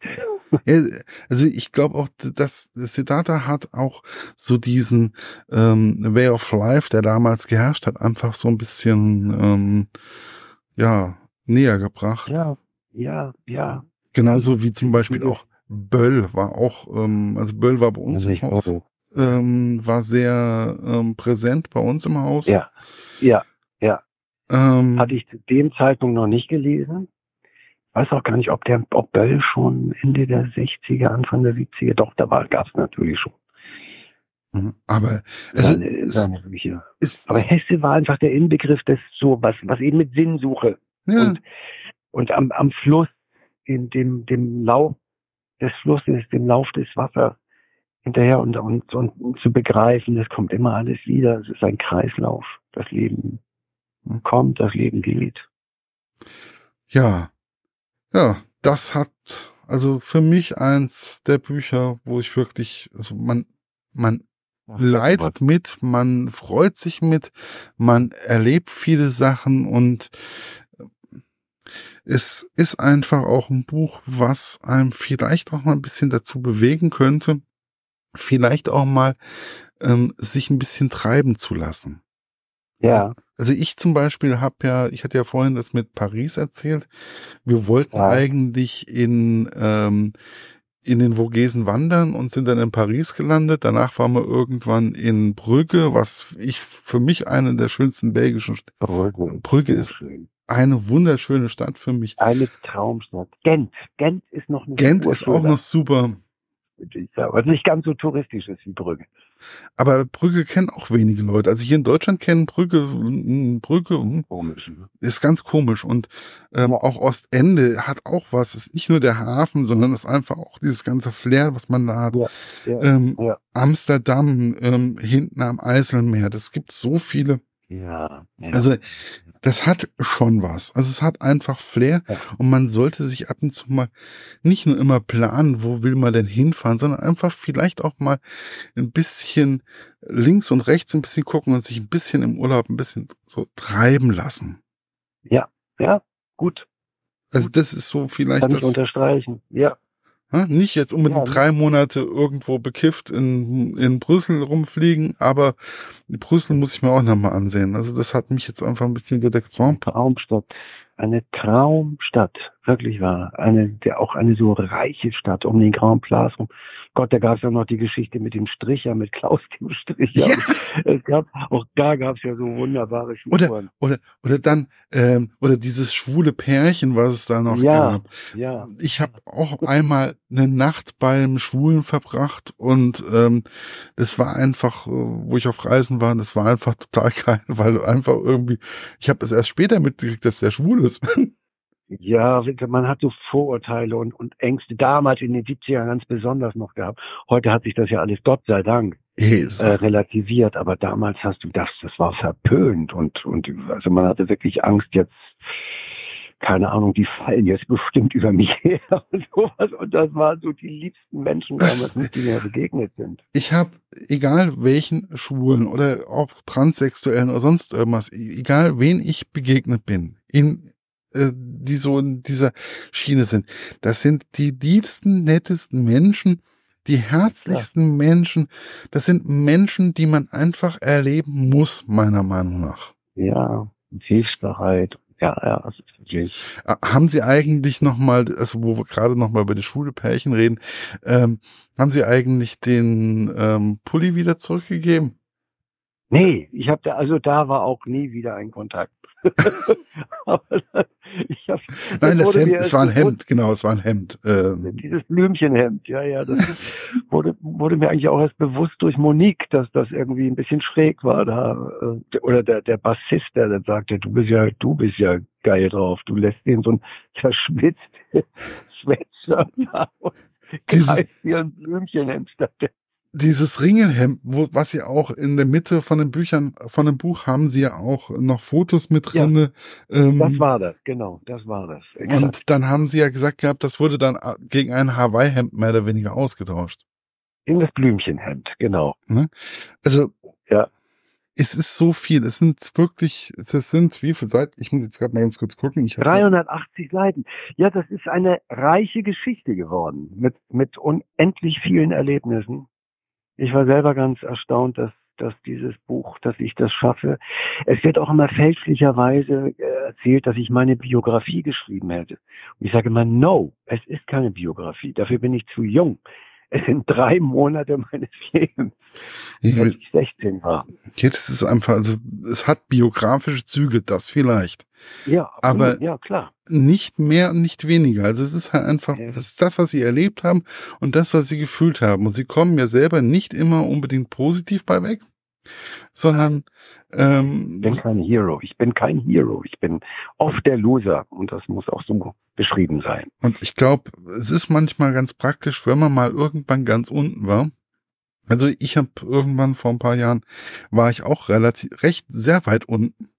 Ja, also ich glaube auch, dass Siddhartha hat auch so diesen ähm, Way of Life, der damals geherrscht hat, einfach so ein bisschen ähm, ja näher gebracht. Ja, ja, ja. Genauso wie zum Beispiel Dieses, auch Böll war auch, ähm, also Böll war bei uns also im ich, Haus, oh, ähm, war sehr ähm, präsent bei uns im Haus. ja, ja, ja. Hatte Ähm, ich zu dem Zeitpunkt noch nicht gelesen. Weiß auch gar nicht, ob der, ob Böll schon Ende der sechziger, Anfang der siebziger, doch, da war, gab's natürlich schon aber also seine, es, seine Bücher. es, Aber es, Hesse war einfach der Inbegriff des so, was, was eben mit Sinnsuche ja, und, und am, am Fluss, in dem, dem Lauf des Flusses, dem Lauf des Wassers hinterher und, und, und zu begreifen, es kommt immer alles wieder. Es ist ein Kreislauf. Das Leben kommt, das Leben geht. ja, ja, das hat also für mich eins der Bücher, wo ich wirklich, also man, man leidet mit, man freut sich mit, man erlebt viele Sachen und es ist einfach auch ein Buch, was einem vielleicht auch mal ein bisschen dazu bewegen könnte, vielleicht auch mal ähm, sich ein bisschen treiben zu lassen. Ja. Also ich zum Beispiel habe ja, ich hatte ja vorhin das mit Paris erzählt. Wir wollten Ja. eigentlich in ähm, in den Vogesen wandern und sind dann in Paris gelandet. Danach waren wir irgendwann in Brügge, was ich für mich eine der schönsten belgischen St- Brügge, Brügge ist schön. eine wunderschöne Stadt für mich. Eine Traumstadt. Gent. Gent ist noch eine Gent Spur ist auch schöner. noch super. Aber nicht ganz so touristisch ist wie Brügge. Aber Brügge kennen auch wenige Leute. Also hier in Deutschland kennen Brügge, Brügge Komisch. Ne? ist ganz komisch. Und ähm, auch Ostende hat auch was. Ist nicht nur der Hafen, sondern ist einfach auch dieses ganze Flair, was man da hat. Ja, ja, ähm, ja. Amsterdam, ähm, hinten am Eiselmeer. Das gibt so viele. Ja, ja. Also das hat schon was. Also es hat einfach Flair Ja. und man sollte sich ab und zu mal nicht nur immer planen, wo will man denn hinfahren, sondern einfach vielleicht auch mal ein bisschen links und rechts ein bisschen gucken und sich ein bisschen im Urlaub ein bisschen so treiben lassen. Ja, ja, gut. Also das ist so vielleicht Kann ich das. unterstreichen. Ja. Ja, nicht jetzt unbedingt Ja, drei Monate irgendwo bekifft in, in Brüssel rumfliegen, aber Brüssel muss ich mir auch nochmal ansehen. Also das hat mich jetzt einfach ein bisschen gedeckt. Traumstadt. Eine Traumstadt. Wirklich wahr. Eine, der auch eine so reiche Stadt um den Grand Place rum. Gott, da gab es ja noch die Geschichte mit dem Stricher, mit Klaus dem Stricher. Ja. Es gab, auch da gab es ja so wunderbare Oder, Figuren. oder, oder dann, ähm, oder dieses schwule Pärchen, was es da noch Ja, gab. ja. Ich habe auch einmal eine Nacht beim Schwulen verbracht und ähm, das war einfach, äh, wo ich auf Reisen war, das war einfach total geil, weil einfach irgendwie, ich habe es erst später mitgekriegt, dass der schwul ist. Ja, man hat so Vorurteile und, und Ängste damals in den siebzigern ganz besonders noch gehabt. Heute hat sich das ja alles, Gott sei Dank, Yes. äh, relativiert. Aber damals hast du das, das war verpönt und, und also man hatte wirklich Angst jetzt, keine Ahnung, die fallen jetzt bestimmt über mich her und sowas. Und das waren so die liebsten Menschen damals, Das- die mir begegnet sind. Ich habe, egal welchen Schwulen oder auch Transsexuellen oder sonst irgendwas, egal wen ich begegnet bin, in äh, die so in dieser Schiene sind, das sind die liebsten, nettesten Menschen, die herzlichsten Menschen. Das sind Menschen, die man einfach erleben muss, meiner Meinung nach. Ja, hilfsbereit. Ja, ja, das ist wirklich. Äh, Haben Sie eigentlich noch mal, also wo wir gerade noch mal über die schwule Pärchen reden, ähm, haben Sie eigentlich den ähm, Pulli wieder zurückgegeben? Nee, ich habe da, also da war auch nie wieder ein Kontakt. Aber ich hab, Nein, das wurde Hemd, mir es erst war ein bewusst, Hemd, genau, es war ein Hemd. Ähm, Dieses Blümchenhemd, ja, ja, das wurde, wurde mir eigentlich auch erst bewusst durch Monique, dass das irgendwie ein bisschen schräg war da. äh, Oder der, der Bassist, der dann sagte, du bist ja, du bist ja geil drauf. Du lässt den so ein zerschwitztes Sweatshirt da und Dieses- greifst dir ein Blümchenhemd statt. Dieses Ringelhemd, wo, was Sie auch in der Mitte von den Büchern, von dem Buch haben Sie ja auch noch Fotos mit Ja, drinne. Ähm, Das war das, genau, das war das. Exakt. und dann haben Sie ja gesagt gehabt, das wurde dann gegen ein Hawaii-Hemd mehr oder weniger ausgetauscht. In das Blümchenhemd, genau. Also, Ja. es ist so viel. Es sind wirklich, es sind wie viele Seiten? Ich muss jetzt gerade mal ganz kurz gucken. Ich dreihundertachtzig Seiten. Ja, das ist eine reiche Geschichte geworden mit mit unendlich vielen Erlebnissen. Ich war selber ganz erstaunt, dass dass dieses Buch, dass ich das schaffe. Es wird auch immer fälschlicherweise äh, erzählt, dass ich meine Biografie geschrieben hätte. Und ich sage immer, no, es ist keine Biografie. Dafür bin ich zu jung. Es sind drei Monate meines Lebens, Ja, als ich sechzehn war. ja, das ist einfach, also es hat biografische Züge, das vielleicht. Ja, Aber absolut, ja, klar. nicht mehr und nicht weniger. Also es ist halt einfach, Ja. das ist das, was sie erlebt haben und das, was sie gefühlt haben. Und sie kommen ja selber nicht immer unbedingt positiv bei weg, sondern ähm, Ich bin kein Hero. Ich bin kein Hero. Ich bin oft der Loser. Und das muss auch so beschrieben sein. und ich glaube, es ist manchmal ganz praktisch, wenn man mal irgendwann ganz unten war. Also ich habe irgendwann vor ein paar Jahren, war ich auch relativ, recht, sehr weit unten.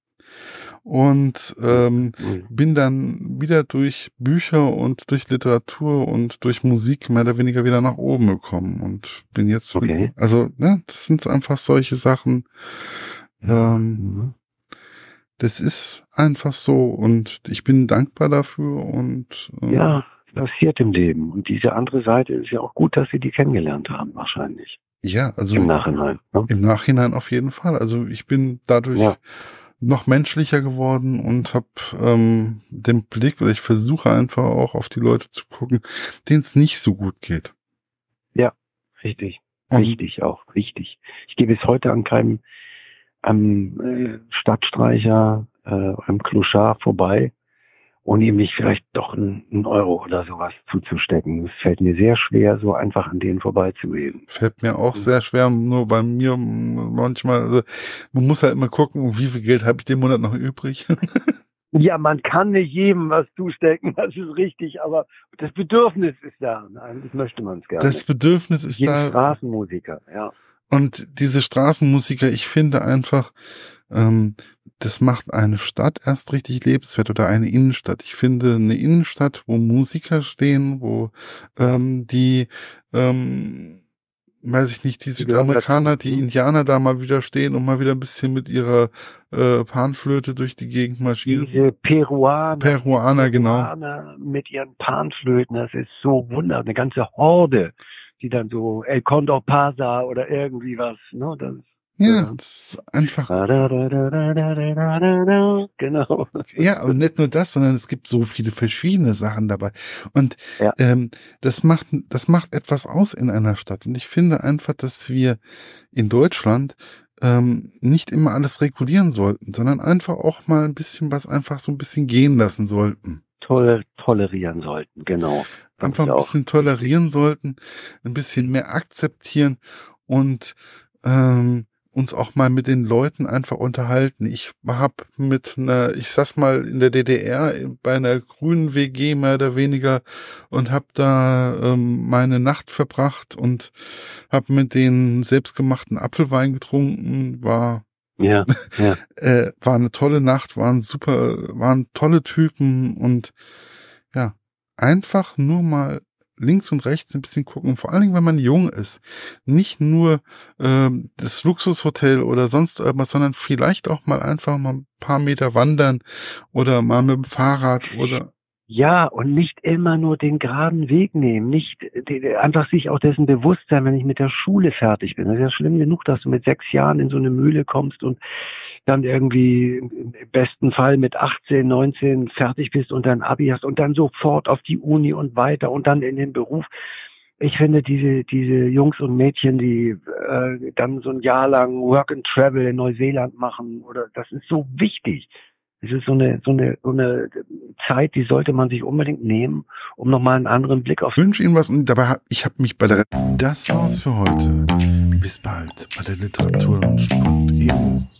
Und ähm, Mhm. bin dann wieder durch Bücher und durch Literatur und durch Musik mehr oder weniger wieder nach oben gekommen und bin jetzt, mit, Okay. also ne, das sind einfach solche Sachen, ähm, Mhm. das ist einfach so und ich bin dankbar dafür und ähm, Ja, passiert im Leben. Und diese andere Seite ist ja auch gut, dass Sie die kennengelernt haben, wahrscheinlich. ja, also Im Nachhinein. Ne? im Nachhinein auf jeden Fall. Also ich bin dadurch Ja. noch menschlicher geworden und habe ähm, den Blick, oder ich versuche einfach auch auf die Leute zu gucken, denen es nicht so gut geht. Ja, richtig. Und Richtig auch, richtig. Ich gehe bis heute an keinem am äh, Stadtstreicher, äh, am Clochard vorbei, ohne ihm nicht vielleicht doch einen, einen Euro oder sowas zuzustecken. Es fällt mir sehr schwer, so einfach an denen vorbeizugehen. fällt mir auch sehr schwer, nur bei mir manchmal, also man muss halt immer gucken, wie viel Geld habe ich den Monat noch übrig. Ja, man kann nicht jedem was zustecken, das ist richtig, aber das Bedürfnis ist da. Eigentlich möchte man es gerne. Das Bedürfnis ist Jeden da. Straßenmusiker, ja. Und diese Straßenmusiker, ich finde einfach, ähm, das macht eine Stadt erst richtig lebenswert oder eine Innenstadt. Ich finde eine Innenstadt, wo Musiker stehen, wo ähm, die, ähm, weiß ich nicht, die Die gehören Südamerikaner, dazu. die Indianer da mal wieder stehen und mal wieder ein bisschen mit ihrer äh, Panflöte durch die Gegend marschieren. Diese Peruaner, Peruaner, genau. Peruaner mit ihren Panflöten, das ist so wunderbar. Eine ganze Horde, die dann so El Condor Pasa oder irgendwie was, ne? Das, Ja, das ist einfach, genau. ja, aber nicht nur das, sondern es gibt so viele verschiedene Sachen dabei. Und Ja. ähm, das macht, das macht etwas aus in einer Stadt. Und ich finde einfach, dass wir in Deutschland ähm, nicht immer alles regulieren sollten, sondern einfach auch mal ein bisschen was einfach so ein bisschen gehen lassen sollten. Toll, tolerieren sollten, genau. Einfach ein auch. bisschen tolerieren sollten, ein bisschen mehr akzeptieren und ähm, uns auch mal mit den Leuten einfach unterhalten. Ich habe mit einer, ich saß mal in der D D R bei einer grünen W G mehr oder weniger und habe da ähm, meine Nacht verbracht und habe mit den selbstgemachten Apfelwein getrunken. War Ja, ja. äh, war eine tolle Nacht, waren super, waren tolle Typen und ja, einfach nur mal links und rechts ein bisschen gucken. Und vor allen Dingen, wenn man jung ist. Nicht nur ähm, das Luxushotel oder sonst irgendwas, sondern vielleicht auch mal einfach mal ein paar Meter wandern oder mal mit dem Fahrrad oder Ja, und nicht immer nur den geraden Weg nehmen, nicht die, die, einfach sich auch dessen bewusst sein, wenn ich mit der Schule fertig bin. Das ist ja schlimm genug, dass du mit sechs Jahren in so eine Mühle kommst und dann irgendwie im besten Fall mit achtzehn, neunzehn fertig bist und dann Abi hast und dann sofort auf die Uni und weiter und dann in den Beruf. Ich finde diese diese Jungs und Mädchen, die äh, dann so ein Jahr lang Work and Travel in Neuseeland machen, oder das ist so wichtig. Es ist so eine, so eine, so eine Zeit, die sollte man sich unbedingt nehmen, um nochmal einen anderen Blick auf... Ich wünsche Ihnen was und dabei hab, ich habe mich bei der... Das war's für heute. Bis bald bei der Literatur und Sport.